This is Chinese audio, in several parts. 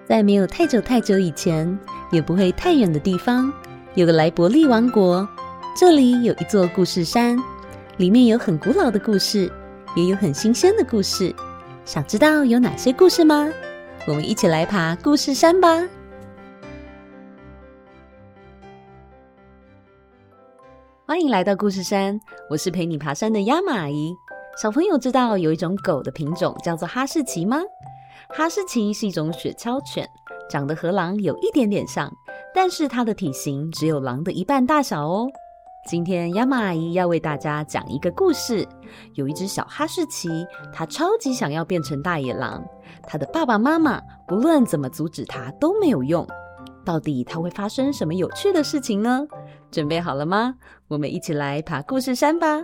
在没有太久以前，也不会太远的地方，有个莱伯利王国。这里有一座故事山，里面有很古老的故事，也有很新鲜的故事。想知道有哪些故事吗？我们一起来爬故事山吧！欢迎来到故事山，我是陪你爬山的亚玛阿姨。小朋友知道有一种狗的品种叫做哈士奇吗？哈士奇是一种雪橇犬，长得和狼有一点点像，但是它的体型只有狼的一半大小哦。今天亚玛阿姨要为大家讲一个故事，有一只小哈士奇，它超级想要变成大野狼，它的爸爸妈妈不论怎么阻止它都没有用。到底它会发生什么有趣的事情呢？准备好了吗？我们一起来爬故事山吧。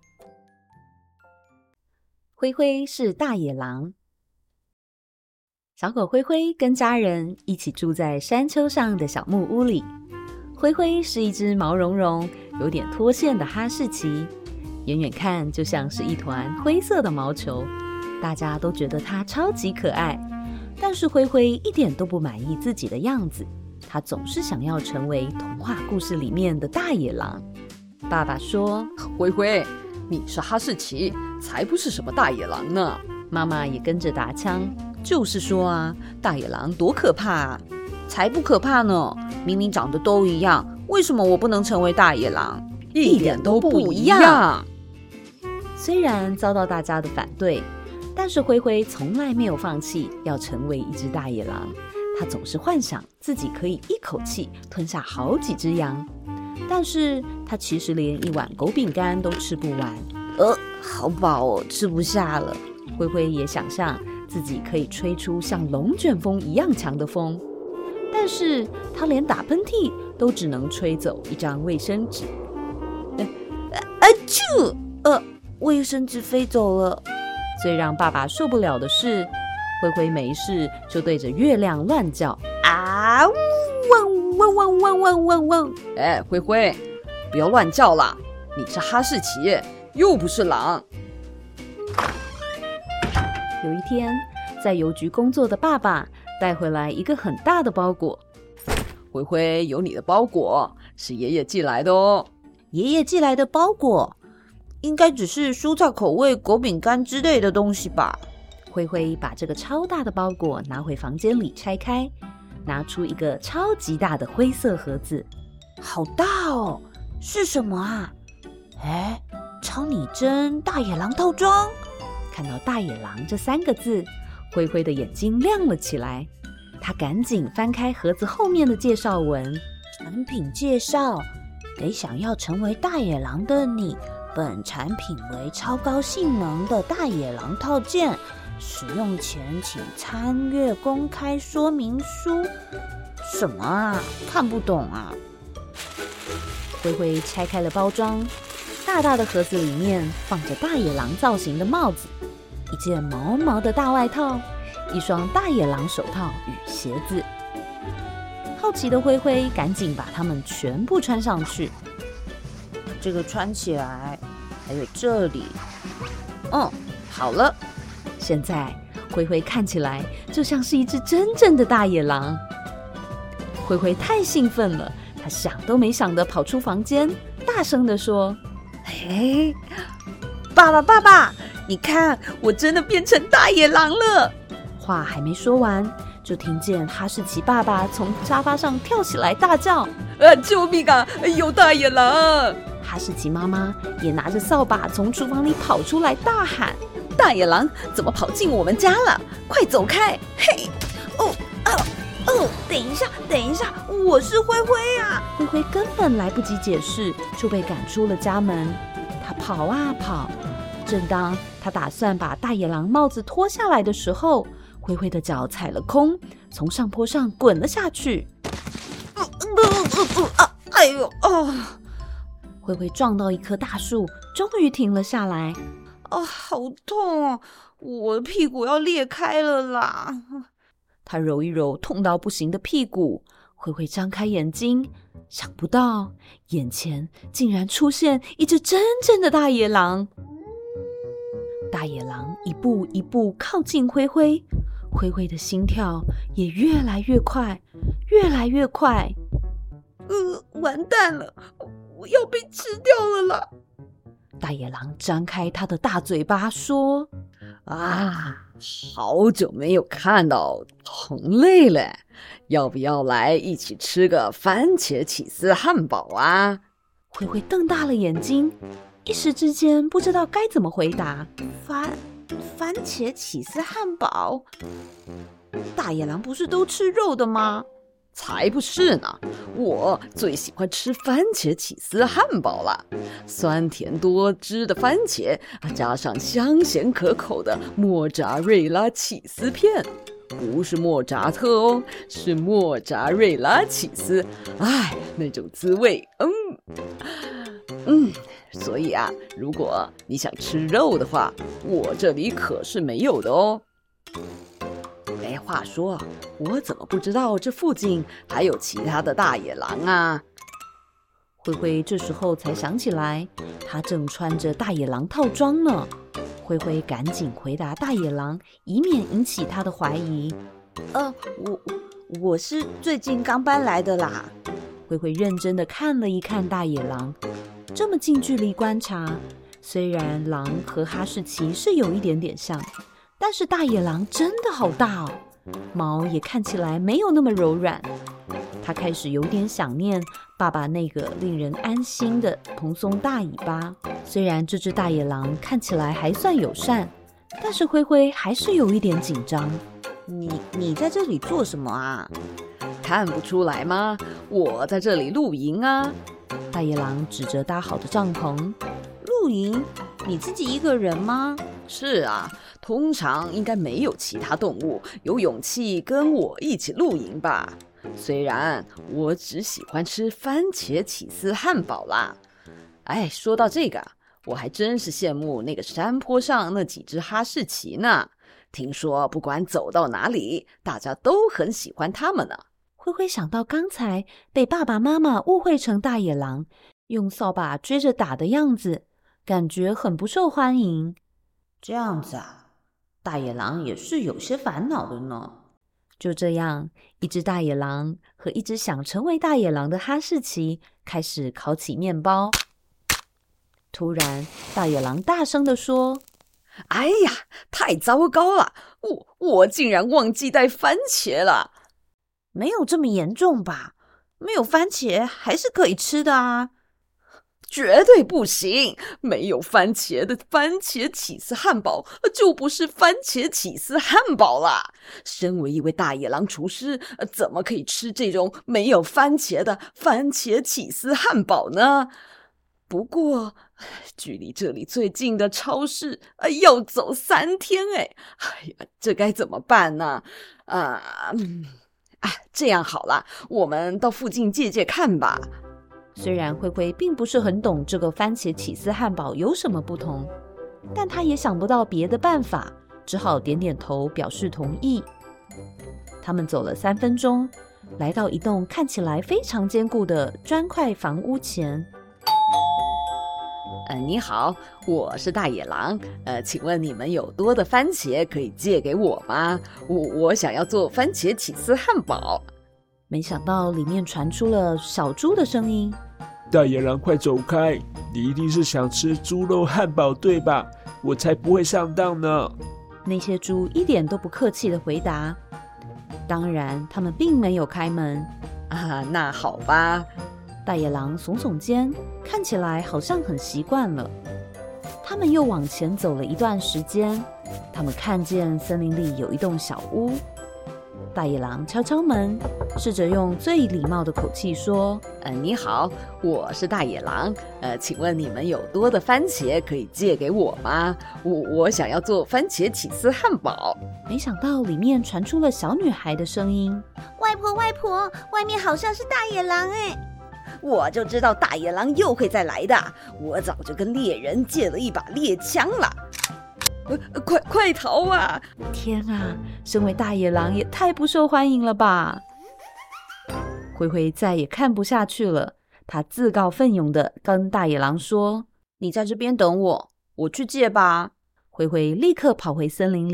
灰灰是大野狼。小狗灰灰跟家人一起住在山丘上的小木屋里。灰灰是一只毛茸茸、有点脱线的哈士奇，远远看就像是一团灰色的毛球，大家都觉得它超级可爱。但是灰灰一点都不满意自己的样子，它总是想要成为童话故事里面的大野狼。爸爸说： 灰灰，你是哈士奇，才不是什么大野狼呢。 妈妈也跟着打枪： 就是说啊，大野狼多可怕啊！才不可怕呢，明明长得都一样，为什么我不能成为大野狼？一点都不一样。 虽然遭到大家的反对，但是灰灰从来没有放弃要成为一只大野狼。他总是幻想自己可以一口气吞下好几只羊，但是他其实连一碗狗饼干都吃不完。 好饱哦，吃不下了。 灰灰也想象自己可以吹出像龙卷风一样强的风，但是他连打喷嚏都只能吹走一张卫生纸。 卫生纸飞走了。 最让爸爸受不了的是，灰灰没事就对着月亮乱叫啊！汪汪汪汪汪汪汪！灰灰，不要乱叫啦！你是哈士奇，又不是狼。 有一天，在邮局工作的爸爸带回来一个很大的包裹。 灰灰，有你的包裹，是爷爷寄来的哦。 爷爷寄来的包裹，应该只是蔬菜口味狗饼干之类的东西吧？ 灰灰把这个超大的包裹拿回房间里拆开，拿出一个超级大的灰色盒子。 好大哦，是什么啊？超拟真大野狼套装。 看到大野狼这3个字，灰灰的眼睛亮了起来。他赶紧翻开盒子后面的介绍文。 产品介绍：给想要成为大野狼的你，本产品为超高性能的大野狼套件，使用前请参阅公开说明书。什么啊？看不懂啊！ 灰灰拆开了包装，大大的盒子里面放着大野狼造型的帽子，一件毛毛的大外套，一双大野狼手套与鞋子。好奇的灰灰赶紧把它们全部穿上去。 这个穿起来，还有这里。 好了。现在灰灰看起来就像是一只真正的大野狼。灰灰太兴奋了，他想都没想的跑出房间，大声地说： 爸爸，你看，我真的变成大野狼了！ 话还没说完，就听见哈士奇爸爸从沙发上跳起来大叫： 救命啊！有大野狼！ 哈士奇妈妈也拿着扫把从厨房里跑出来大喊： 大野狼怎么跑进我们家了？快走开！ 等一下，我是灰灰啊！ 灰灰根本来不及解释，就被赶出了家门。他跑啊跑，正当他打算把大野狼帽子脱下来的时候，灰灰的脚踩了空，从上坡上滚了下去。灰灰撞到一棵大树，终于停了下来。 好痛哦，我的屁股要裂开了啦！ 他揉一揉痛到不行的屁股，灰灰张开眼睛，想不到眼前竟然出现一只真正的大野狼。大野狼一步一步靠近灰灰， 灰灰的心跳也越来越快，越来越快。 完蛋了，我要被吃掉了啦！ 大野狼张开他的大嘴巴说： 好久没有看到同类了，要不要来一起吃个番茄起司汉堡啊？ 灰灰瞪大了眼睛，一时之间不知道该怎么回答。 番茄起司汉堡？大野狼不是都吃肉的吗？ 才不是呢，我最喜欢吃番茄起司汉堡了。酸甜多汁的番茄，加上香咸可口的莫扎瑞拉起司片，不是莫扎特哦，是莫扎瑞拉起司。那种滋味，所以啊，如果你想吃肉的话，我这里可是没有的哦。话说，我怎么不知道这附近还有其他的大野狼啊？ 灰灰这时候才想起来，他正穿着大野狼套装呢。灰灰赶紧回答大野狼，以免引起他的怀疑。 我是最近刚搬来的啦。 灰灰认真的看了一看大野狼，这么近距离观察，虽然狼和哈士奇是有一点点像，但是大野狼真的好大哦，毛也看起来没有那么柔软。他开始有点想念爸爸那个令人安心的蓬松大尾巴。虽然这只大野狼看起来还算友善，但是灰灰还是有一点紧张。 你在这里做什么啊？ 看不出来吗？我在这里露营啊。 大野狼指着搭好的帐篷。 露营？你自己一个人吗？ 是啊，通常应该没有其他动物有勇气跟我一起露营吧。虽然我只喜欢吃番茄起司汉堡啦。说到这个，我还真是羡慕那个山坡上那几只哈士奇呢。听说不管走到哪里，大家都很喜欢它们呢。 灰灰想到刚才被爸爸妈妈误会成大野狼，用扫把追着打的样子，感觉很不受欢迎。 这样子啊，大野狼也是有些烦恼的呢。 就这样，一只大野狼和一只想成为大野狼的哈士奇开始烤起面包。突然，大野狼大声地说： 太糟糕了，我竟然忘记带番茄了。 没有这么严重吧？没有番茄还是可以吃的啊。 绝对不行！没有番茄的番茄起司汉堡就不是番茄起司汉堡啦。身为一位大野狼厨师，怎么可以吃这种没有番茄的番茄起司汉堡呢？不过，距离这里最近的超市要走3天这该怎么办呢？这样好了，我们到附近借借看吧。 虽然灰灰并不是很懂这个番茄起司汉堡有什么不同，但他也想不到别的办法，只好点点头表示同意。他们走了3分钟，来到一栋看起来非常坚固的砖块房屋前。 你好，我是大野狼。请问你们有多的番茄可以借给我吗？我想要做番茄起司汉堡。 没想到里面传出了小猪的声音。 大野狼，快走开！你一定是想吃猪肉汉堡对吧？我才不会上当呢。 那些猪一点都不客气地回答。当然，他们并没有开门。 那好吧。 大野狼耸耸肩，看起来好像很习惯了。他们又往前走了一段时间，他们看见森林里有一栋小屋。大野狼敲敲门，试着用最礼貌的口气说： 你好，我是大野狼。请问你们有多的番茄可以借给我吗？我想要做番茄起司汉堡。 没想到里面传出了小女孩的声音： 外婆，外面好像是大野狼我就知道大野狼又会再来的，我早就跟猎人借了一把猎枪了。快逃啊！ 天啊，身为大野狼也太不受欢迎了吧！灰灰再也看不下去了，他自告奋勇地跟大野狼说：你在这边等我，我去借吧。灰灰立刻跑回森林里，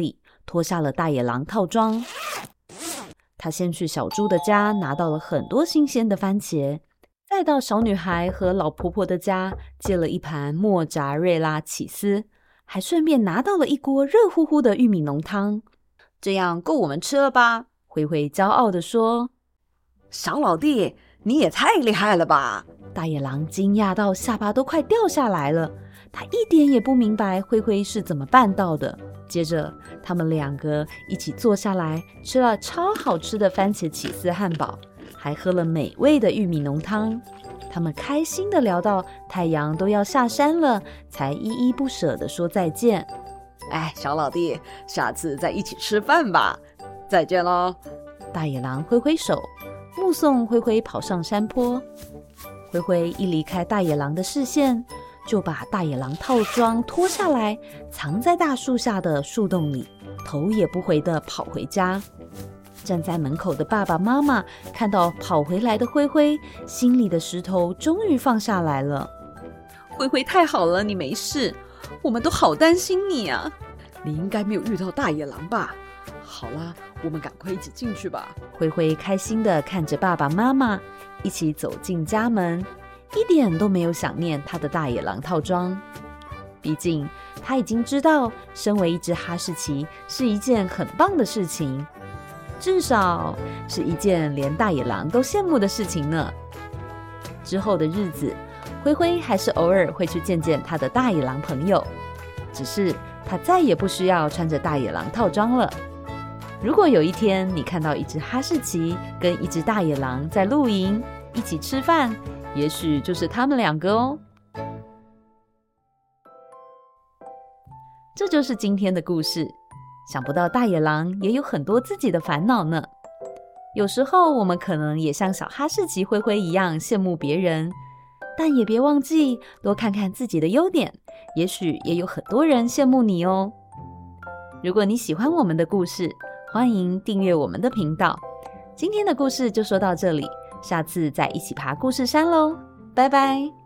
脱下了大野狼套装。他先去小猪的家拿到了很多新鲜的番茄，再到小女孩和老婆婆的家借了一盘莫扎瑞拉起司，还顺便拿到了一锅热乎乎的玉米浓汤。 这样够我们吃了吧？ 灰灰骄傲地说。 小老弟，你也太厉害了吧！ 大野狼惊讶到下巴都快掉下来了，他一点也不明白灰灰是怎么办到的。接着他们两个一起坐下来吃了超好吃的番茄起司汉堡，还喝了美味的玉米浓汤。他们开心地聊到太阳都要下山了，才依依不舍地说再见。 哎，小老弟，下次再一起吃饭吧，再见咯。 大野狼挥挥手，目送灰灰跑上山坡。灰灰一离开大野狼的视线，就把大野狼套装脱下来，藏在大树下的树洞里，头也不回地跑回家。站在门口的爸爸妈妈看到跑回来的灰灰，心里的石头终于放下来了。 灰灰，太好了，你没事，我们都好担心你啊。你应该没有遇到大野狼吧？好啦，我们赶快一起进去吧。 灰灰开心地看着爸爸妈妈一起走进家门，一点都没有想念他的大野狼套装。毕竟他已经知道身为一只哈士奇是一件很棒的事情，至少是一件连大野狼都羡慕的事情呢。之后的日子，灰灰还是偶尔会去见见他的大野狼朋友，只是他再也不需要穿着大野狼套装了。如果有一天你看到一只哈士奇跟一只大野狼在露营，一起吃饭，也许就是他们两个哦。这就是今天的故事。想不到大野狼也有很多自己的烦恼呢。有时候我们可能也像小哈士奇灰灰一样羡慕别人，但也别忘记多看看自己的优点，也许也有很多人羡慕你哦。如果你喜欢我们的故事，欢迎订阅我们的频道。今天的故事就说到这里，下次再一起爬故事山咯，拜拜。